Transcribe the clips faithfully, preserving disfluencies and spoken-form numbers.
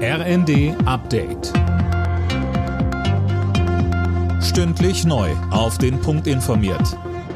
R N D Update. Stündlich neu auf den Punkt informiert.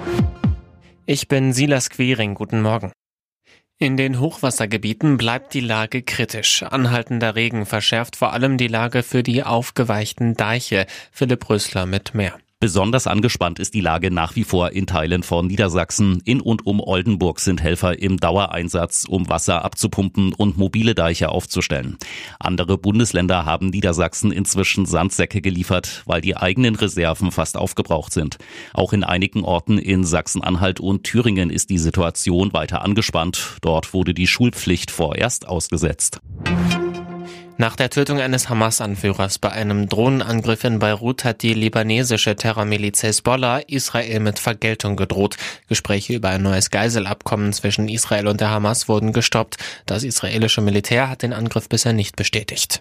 Ich bin Silas Quiring, guten Morgen. In den Hochwassergebieten bleibt die Lage kritisch. Anhaltender Regen verschärft vor allem die Lage für die aufgeweichten Deiche. Philipp Rösler mit mehr. Besonders angespannt ist die Lage nach wie vor in Teilen von Niedersachsen. In und um Oldenburg sind Helfer im Dauereinsatz, um Wasser abzupumpen und mobile Deiche aufzustellen. Andere Bundesländer haben Niedersachsen inzwischen Sandsäcke geliefert, weil die eigenen Reserven fast aufgebraucht sind. Auch in einigen Orten in Sachsen-Anhalt und Thüringen ist die Situation weiter angespannt. Dort wurde die Schulpflicht vorerst ausgesetzt. Nach der Tötung eines Hamas-Anführers bei einem Drohnenangriff in Beirut hat die libanesische Terrormiliz Hezbollah Israel mit Vergeltung gedroht. Gespräche über ein neues Geiselabkommen zwischen Israel und der Hamas wurden gestoppt. Das israelische Militär hat den Angriff bisher nicht bestätigt.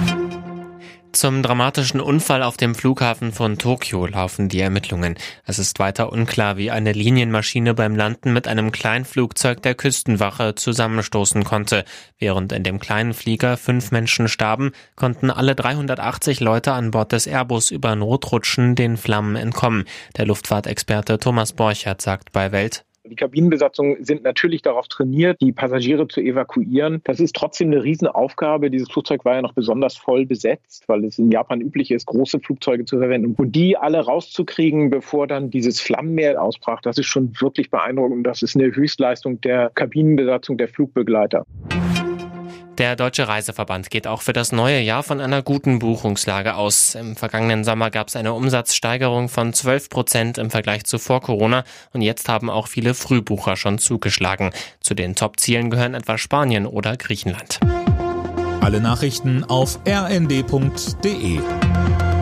Zum dramatischen Unfall auf dem Flughafen von Tokio laufen die Ermittlungen. Es ist weiter unklar, wie eine Linienmaschine beim Landen mit einem Kleinflugzeug der Küstenwache zusammenstoßen konnte. Während in dem kleinen Flieger fünf Menschen starben, konnten alle dreihundertachtzig Leute an Bord des Airbus über Notrutschen den Flammen entkommen. Der Luftfahrtexperte Thomas Borchert sagt bei Welt: Die Kabinenbesatzungen sind natürlich darauf trainiert, die Passagiere zu evakuieren. Das ist trotzdem eine Riesenaufgabe. Dieses Flugzeug war ja noch besonders voll besetzt, weil es in Japan üblich ist, große Flugzeuge zu verwenden. Und die alle rauszukriegen, bevor dann dieses Flammenmeer ausbrach, das ist schon wirklich beeindruckend. Das ist eine Höchstleistung der Kabinenbesatzung der Flugbegleiter. Der Deutsche Reiseverband geht auch für das neue Jahr von einer guten Buchungslage aus. Im vergangenen Sommer gab es eine Umsatzsteigerung von zwölf Prozent im Vergleich zu vor Corona und jetzt haben auch viele Frühbucher schon zugeschlagen. Zu den Top-Zielen gehören etwa Spanien oder Griechenland. Alle Nachrichten auf r n d punkt d e.